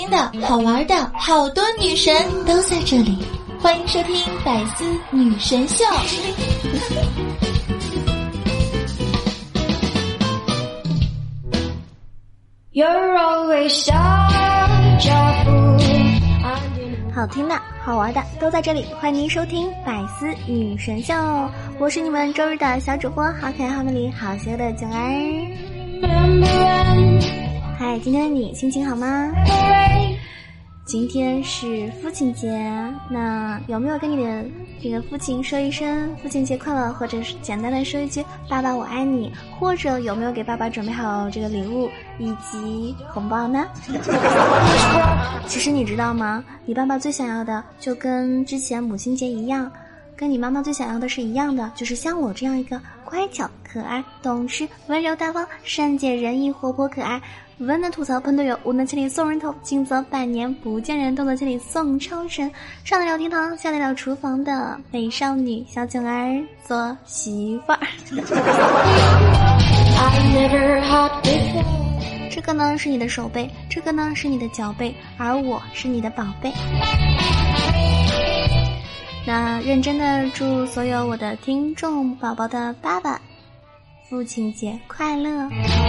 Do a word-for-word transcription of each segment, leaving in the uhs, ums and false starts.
听的、好玩的，好多女神都在这里，欢迎收听百思女神秀。 You're always such a fool。 好听的、好玩的都在这里，欢迎您收听百思女神秀，我是你们周日的小主播，好可爱、好美丽、好邪的囧儿。嗨，今天的你心情好吗？今天是父亲节，那有没有跟你的这个父亲说一声父亲节快乐，或者是简单的说一句爸爸我爱你，或者有没有给爸爸准备好这个礼物以及红包呢？其实你知道吗，你爸爸最想要的就跟之前母亲节一样，跟你妈妈最想要的是一样的，就是像我这样一个乖巧可爱懂事温柔大方善解人意活泼可爱，温暖吐槽喷队友，无能千里送人头，轻则百年不见人，动作千里送超神，上得了厅堂下得了厨房的美少女小囧儿做媳妇儿。这个呢是你的手背，这个呢是你的脚背，而我是你的宝贝。那认真的祝所有我的听众宝宝的爸爸父亲节快乐。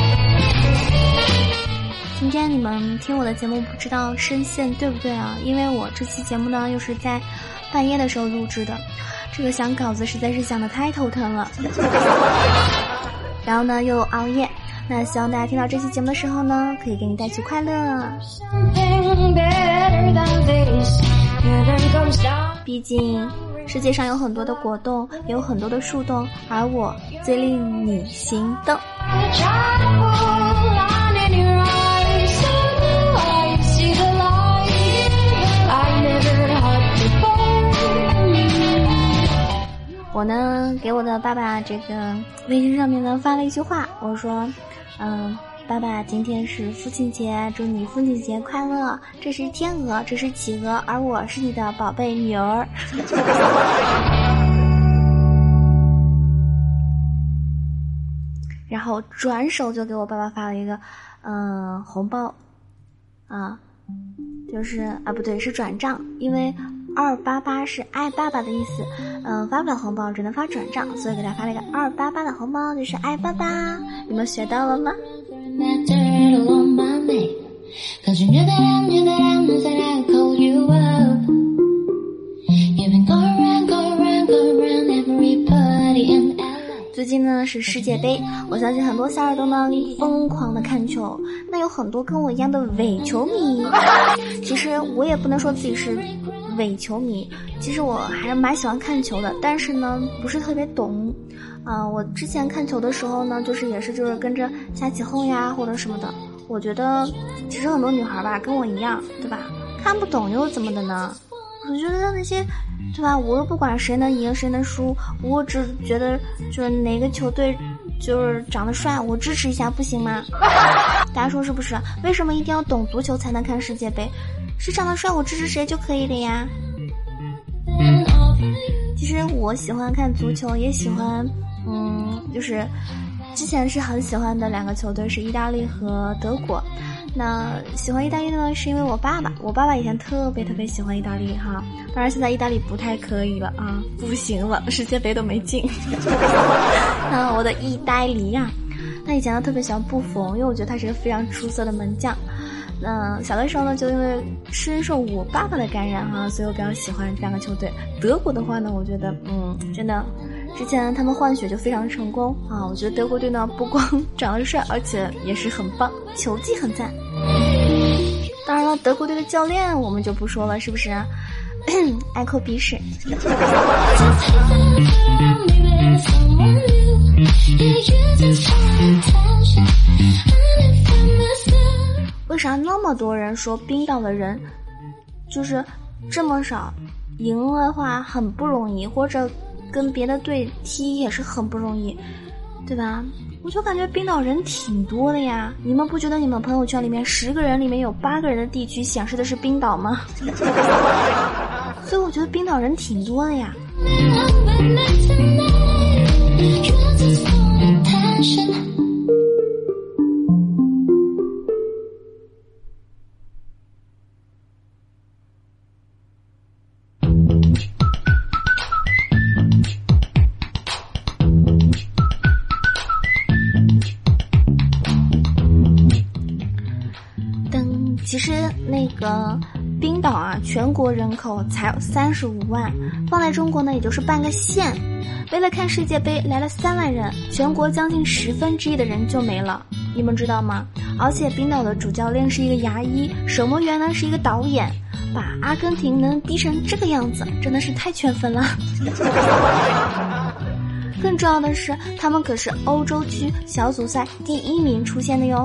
今天你们听我的节目不知道声线对不对啊？因为我这期节目呢又是在半夜的时候录制的，这个想稿子实在是想得太头疼了。然后呢又熬夜，那希望大家听到这期节目的时候呢，可以给你带去快乐。毕竟世界上有很多的果冻，也有很多的树洞，而我最令你心动。我呢给我的爸爸这个微信上面呢发了一句话，我说嗯，爸爸今天是父亲节，祝你父亲节快乐，这是天鹅，这是企鹅，而我是你的宝贝女儿。然后转手就给我爸爸发了一个嗯红包啊，就是啊不对是转账，因为二八八是爱爸爸的意思，嗯、呃，发不了红包只能发转账，所以给他发了一个二八八的红包，就是爱爸爸。你们学到了吗？最近呢是世界杯，我相信很多小耳朵呢疯狂的看球，那有很多跟我一样的伪球迷。其实我也不能说自己是伪球迷，其实我还是蛮喜欢看球的，但是呢不是特别懂啊、呃。我之前看球的时候呢，就是也是就是跟着下起哄呀或者什么的。我觉得其实很多女孩吧跟我一样，对吧？看不懂又怎么的呢？我觉得那些对吧，我又不管谁能赢谁能输，我只觉得就是哪个球队就是长得帅我支持一下不行吗？大家说是不是？为什么一定要懂足球才能看世界杯？是长得帅我支持谁就可以了呀。其实我喜欢看足球，也喜欢嗯，就是之前是很喜欢的两个球队是意大利和德国。那喜欢意大利呢是因为我爸爸，我爸爸以前特别特别喜欢意大利哈，当然现在意大利不太可以了啊，不行了，世界杯都没进。啊，我的意大利呀、啊，他以前呢特别喜欢布冯，因为我觉得他是一个非常出色的门将。那小的时候呢，就因为深受我爸爸的感染哈、啊，所以我比较喜欢这两个球队。德国的话呢，我觉得嗯，真的，之前他们换血就非常成功啊。我觉得德国队呢，不光长得帅，而且也是很棒，球技很赞。当然了，德国队的教练我们就不说了，是不是？爱扣鼻屎。为啥那么多人说冰岛的人就是这么少，赢了的话很不容易，或者跟别的队踢也是很不容易，对吧？我就感觉冰岛人挺多的呀，你们不觉得你们朋友圈里面十个人里面有八个人的地区显示的是冰岛吗？所以我觉得冰岛人挺多的呀。 其实那个冰岛啊，全国人口才有三十五万，放在中国呢，也就是半个县。为了看世界杯来了三万人，全国将近十分之一的人就没了，你们知道吗？而且冰岛的主教练是一个牙医，守门员呢是一个导演，把阿根廷能逼成这个样子，真的是太圈粉了。更重要的是，他们可是欧洲区小组赛第一名出现的哟。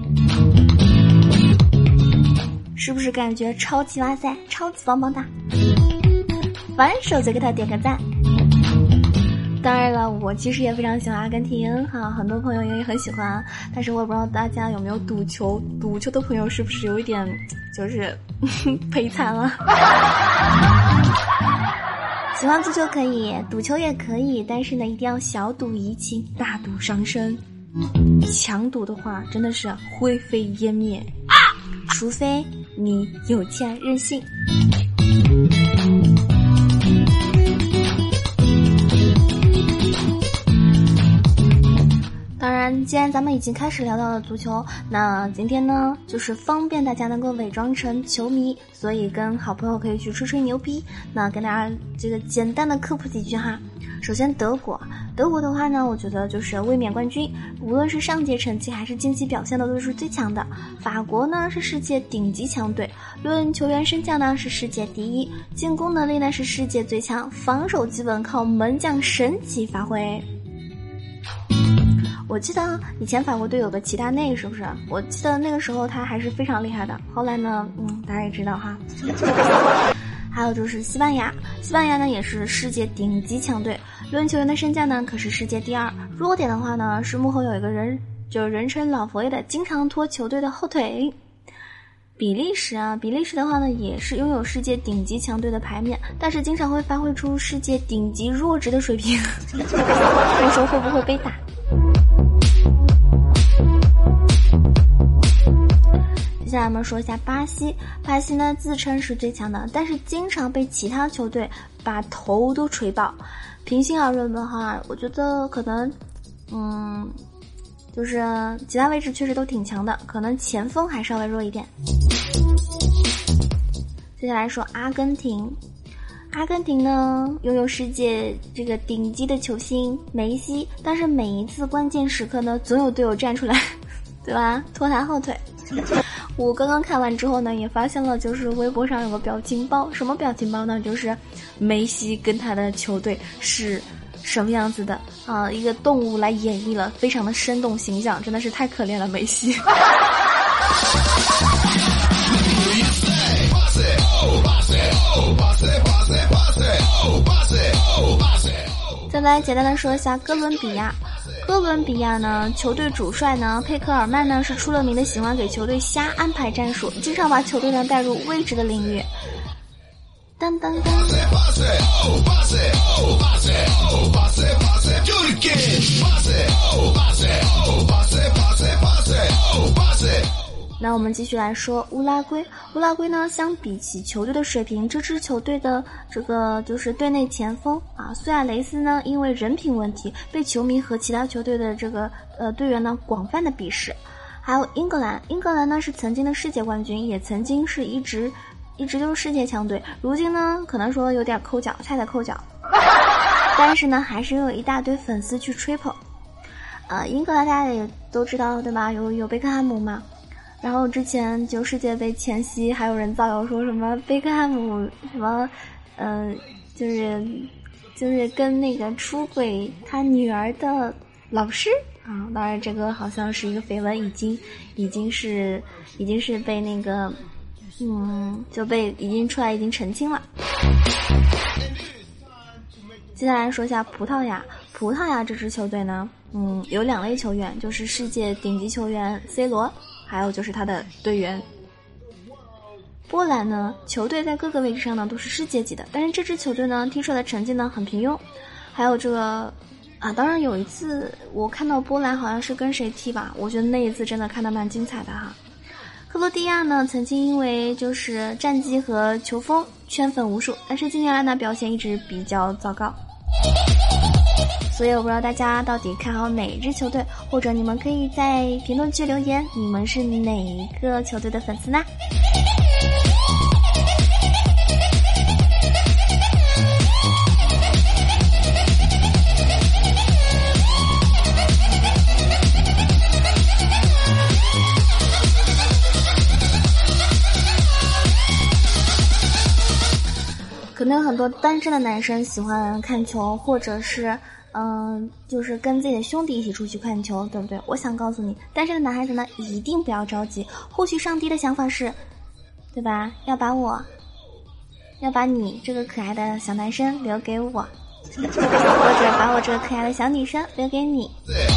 是不是感觉超级哇塞，超级棒棒哒？反手就给他点个赞。当然了，我其实也非常喜欢阿根廷哈，很多朋友也很喜欢，但是我也不知道大家有没有赌球，赌球的朋友是不是有一点就是赔惨了。喜欢足球可以，赌球也可以，但是呢，一定要小赌怡情，大赌伤身。强赌的话，真的是灰飞烟灭，除非你有钱任性。当然，既然咱们已经开始聊到了足球，那今天呢，就是方便大家能够伪装成球迷，所以跟好朋友可以去吹吹牛逼。那跟大家这个简单的科普几句哈。首先德国，德国的话呢，我觉得就是卫冕冠军，无论是上届成绩还是近期表现的都是最强的。法国呢是世界顶级强队，论球员身价呢是世界第一，进攻能力呢是世界最强，防守基本靠门将神奇发挥。我记得以前法国队有个齐达内，是不是？我记得那个时候他还是非常厉害的。后来呢，嗯，大家也知道哈。还有就是西班牙，西班牙呢也是世界顶级强队，论球员的身价呢可是世界第二。弱点的话呢是幕后有一个人，就是人称老佛爷的，经常拖球队的后腿。比利时啊，比利时的话呢也是拥有世界顶级强队的牌面，但是经常会发挥出世界顶级弱智的水平。到时候会不会被打？接下来我们说一下巴西，巴西呢自称是最强的，但是经常被其他球队把头都锤爆。平心而论的话，我觉得可能嗯就是其他位置确实都挺强的，可能前锋还稍微弱一点。接下来说阿根廷，阿根廷呢拥有世界这个顶级的球星梅西，但是每一次关键时刻呢总有队友站出来，对吧？拖他后腿。我刚刚看完之后呢，也发现了，就是微博上有个表情包，什么表情包呢？就是梅西跟他的球队是什么样子的啊？一个动物来演绎了，非常的生动形象，真的是太可怜了，梅西。再来简单的说一下哥伦比亚。哥伦比亚呢，球队主帅呢佩克尔曼呢是出了名的喜欢给球队瞎安排战术，经常把球队呢带入未知的领域。当当当。那我们继续来说乌拉圭。乌拉圭呢，相比起球队的水平，这支球队的这个就是队内前锋啊，苏亚雷斯呢，因为人品问题，被球迷和其他球队的这个呃队员呢广泛的鄙视。还有英格兰，英格兰呢是曾经的世界冠军，也曾经是一直一直就是世界强队，如今呢可能说有点抠脚，菜菜抠脚，但是呢还是有一大堆粉丝去吹捧。呃，英格兰大家也都知道对吧？有有贝克汉姆嘛。然后之前就世界杯前夕，还有人造谣说什么贝克汉姆什么，嗯、呃，就是就是跟那个出轨他女儿的老师啊，当然这个好像是一个绯闻，已经已经是已经是被那个嗯就被已经出来已经澄清了。接下来说一下葡萄牙，葡萄牙这支球队呢，嗯，有两类球员，就是世界顶级球员 C 罗。还有就是他的队员。波兰呢，球队在各个位置上呢都是世界级的，但是这支球队呢踢出来的成绩呢很平庸。还有这个啊，当然有一次我看到波兰好像是跟谁踢吧，我觉得那一次真的看得蛮精彩的哈。克罗地亚呢曾经因为就是战绩和球风圈粉无数，但是近年来呢表现一直比较糟糕。 所以我不知道大家到底看好哪支球队，或者你们可以在评论区留言，你们是哪一个球队的粉丝呢？可能有很多单身的男生喜欢看球，或者是嗯、呃，就是跟自己的兄弟一起出去看球，对不对？我想告诉你，单身的男孩子呢，一定不要着急。或许上帝的想法是，对吧？要把我，要把你这个可爱的小男生留给我，或者把我这个可爱的小女生留给你。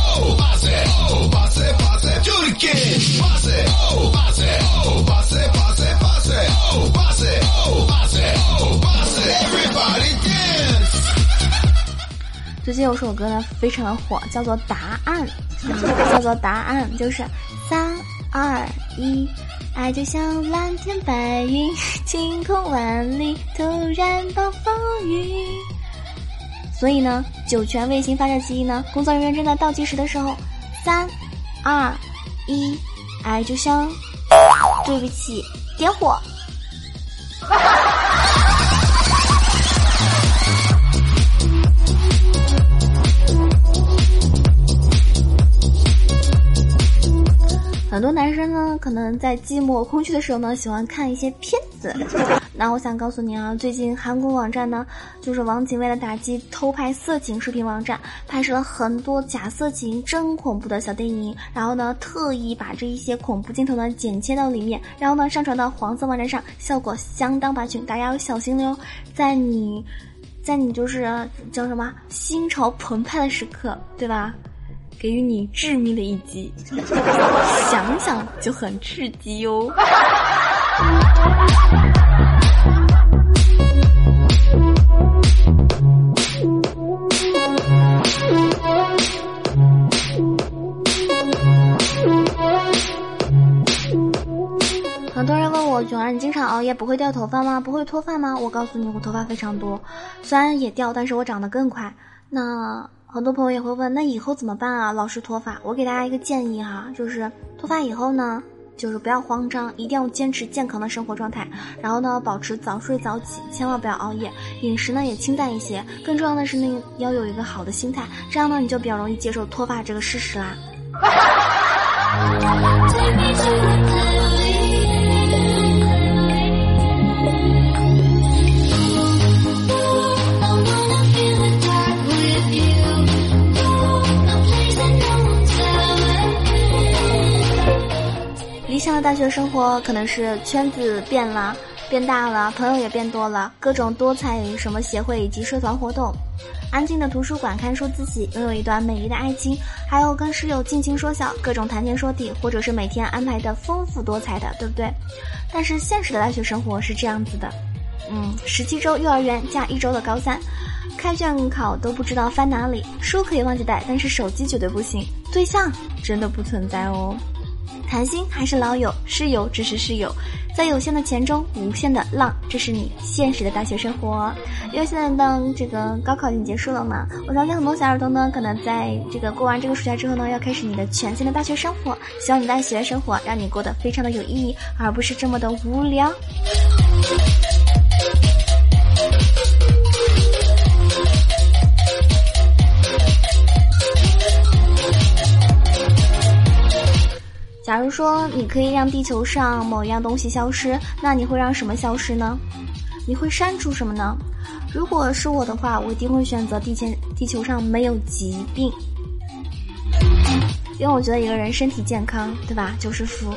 最近有首歌呢非常的火，叫做答案，叫做答案，就是三二一，爱就像蓝天白云，晴空万里，突然暴风雨。所以呢，酒泉卫星发射机呢，工作人员正在倒计时的时候，三二一，爱就像，对不起，点火。很多男生呢，可能在寂寞空虚的时候呢，喜欢看一些片子。那我想告诉你啊，最近韩国网站呢，就是网警为了打击偷拍色情视频网站，拍摄了很多假色情、真恐怖的小电影，然后呢，特意把这一些恐怖镜头呢剪切到里面，然后呢上传到黄色网站上，效果相当拔群，大家要小心了哟。在你，在你就是叫什么心潮澎湃的时刻，对吧？给予你致命的一击，想想就很刺激哟。很多人问我，囧儿，你经常熬夜不会掉头发吗？不会脱发吗？我告诉你，我头发非常多，虽然也掉，但是我长得更快。那很多朋友也会问，那以后怎么办啊？老是脱发，我给大家一个建议哈，就是脱发以后呢，就是不要慌张，一定要坚持健康的生活状态，然后呢，保持早睡早起，千万不要熬夜，饮食呢也清淡一些，更重要的是呢，要有一个好的心态，这样呢，你就比较容易接受脱发这个事实啦。理想的大学生活可能是圈子变了，变大了，朋友也变多了，各种多彩什么协会以及社团活动，安静的图书馆看书自习，拥有一段美丽的爱情，还有跟室友尽情说笑，各种谈天说地，或者是每天安排的丰富多彩的，对不对？但是现实的大学生活是这样子的，嗯，十七周幼儿园加一周的高三，开卷考都不知道翻哪里，书可以忘记带，但是手机绝对不行，对象真的不存在哦。谈心还是老友，室友只是室友，在有限的钱中无限的浪，这是你现实的大学生活。因为现在呢，这个高考已经结束了嘛，我相信很多小耳朵呢，可能在这个过完这个暑假之后呢，要开始你的全新的大学生活。希望你的大学生活让你过得非常的有意义，而不是这么的无聊。假如说你可以让地球上某一样东西消失，那你会让什么消失呢？你会删除什么呢？如果是我的话，我一定会选择地球地球上没有疾病，因为我觉得一个人身体健康，对吧，就是福。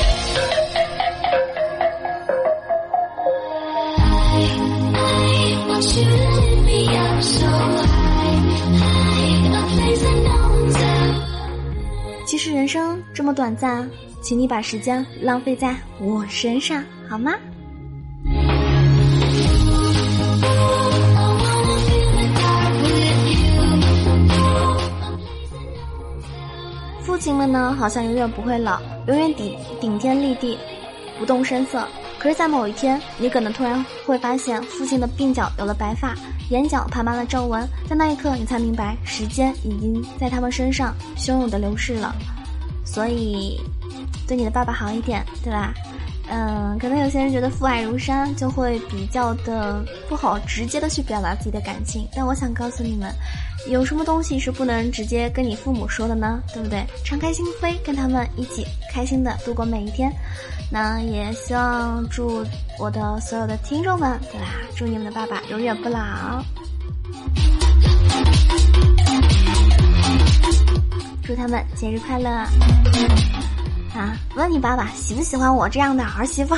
其实人生这么短暂，请你把时间浪费在我身上，好吗？父亲们呢，好像永远不会老，永远顶顶天立地，不动声色。 可是在某一天，你可能突然会发现父亲的鬓角有了白发，眼角爬满了皱纹，在那一刻你才明白时间已经在他们身上汹涌的流逝了。所以对你的爸爸好一点，对吧？嗯，可能有些人觉得父爱如山，就会比较的不好直接的去表达自己的感情，但我想告诉你们，有什么东西是不能直接跟你父母说的呢？对不对？敞开心扉，跟他们一起开心的度过每一天。那也希望祝我的所有的听众们，对吧？祝你们的爸爸永远不老，祝他们节日快乐啊！问你爸爸喜不喜欢我这样的儿媳妇？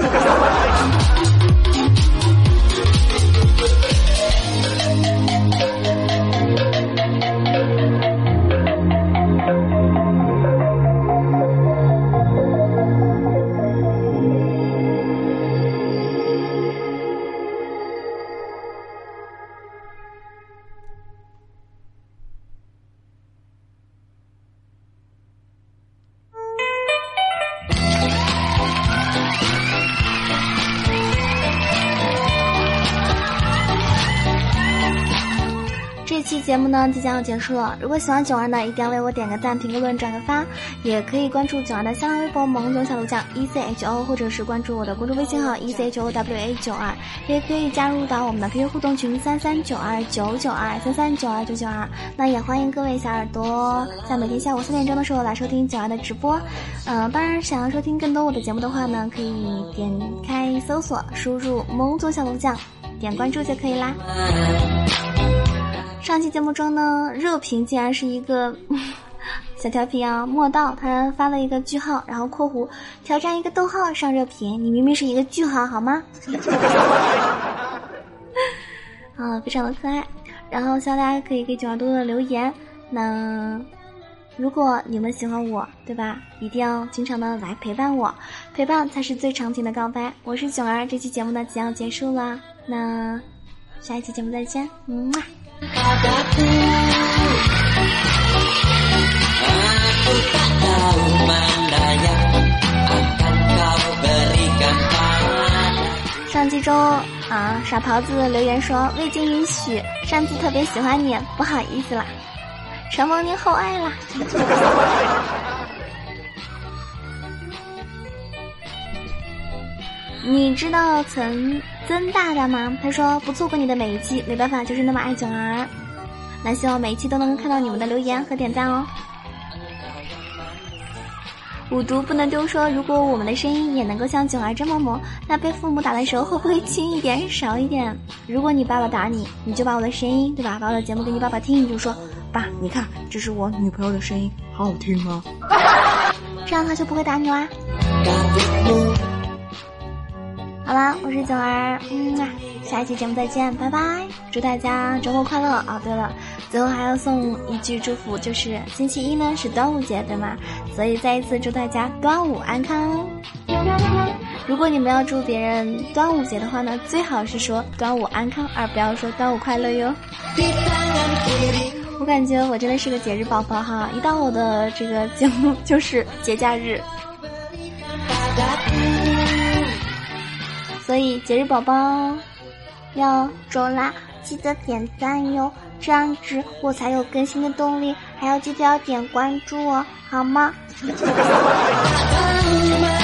这期节目呢即将要结束了，如果喜欢囧儿呢，一定要为我点个赞、评个论、转个发，也可以关注囧儿的新浪微博萌囧小鹿酱 E C H O， 或者是关注我的公众微信号 E C H O W A 九二，也可以加入到我们的 Q Q 互动群三三九二九九二三三九二九九二。那也欢迎各位小耳朵在每天下午四点钟的时候来收听囧儿的直播。嗯、呃，当然想要收听更多我的节目的话呢，可以点开搜索，输入萌囧小鹿酱，点关注就可以啦。上期节目中呢，热评竟然是一个小调皮啊，莫道他发了一个句号，然后括弧挑战一个逗号上热评，你明明是一个句号好吗？啊，非常的可爱。然后希望大家可以给囧儿多多的留言。那如果你们喜欢我，对吧？一定要经常的来陪伴我，陪伴才是最长情的告白。我是囧儿，这期节目呢即将结束了，那下一期节目再见，嗯嘛。 Padaku, aku tak tahu mana yang akan kau berikan padaku。 上期中啊，傻狍子留言说未经允许，擅自特别喜欢你，不好意思啦，承蒙您厚爱啦。你知道曾曾大大吗？他说不错过你的每一期，没办法，就是那么爱囧儿。那希望每一期都能看到你们的留言和点赞哦。五毒不能丢说，如果我们的声音也能够像囧儿这么萌，那被父母打的时候会不会轻一点少一点？如果你爸爸打你，你就把我的声音，对吧，把我的节目给你爸爸听，你就说爸，你看这是我女朋友的声音，好好听啊，这样他就不会打你啦。好啦，我是囧儿，嗯啊，下一期节目再见，拜拜！祝大家周末快乐啊！对了，最后还要送一句祝福，就是星期一呢是端午节，对吗？所以再一次祝大家端午安康。如果你们要祝别人端午节的话呢，最好是说端午安康，而不要说端午快乐哟。我感觉我真的是个节日宝宝哈，一到我的这个节目就是节假日。所以节日宝宝要走啦，记得点赞哟，这样子我才有更新的动力，还要记得要点关注哦，好吗？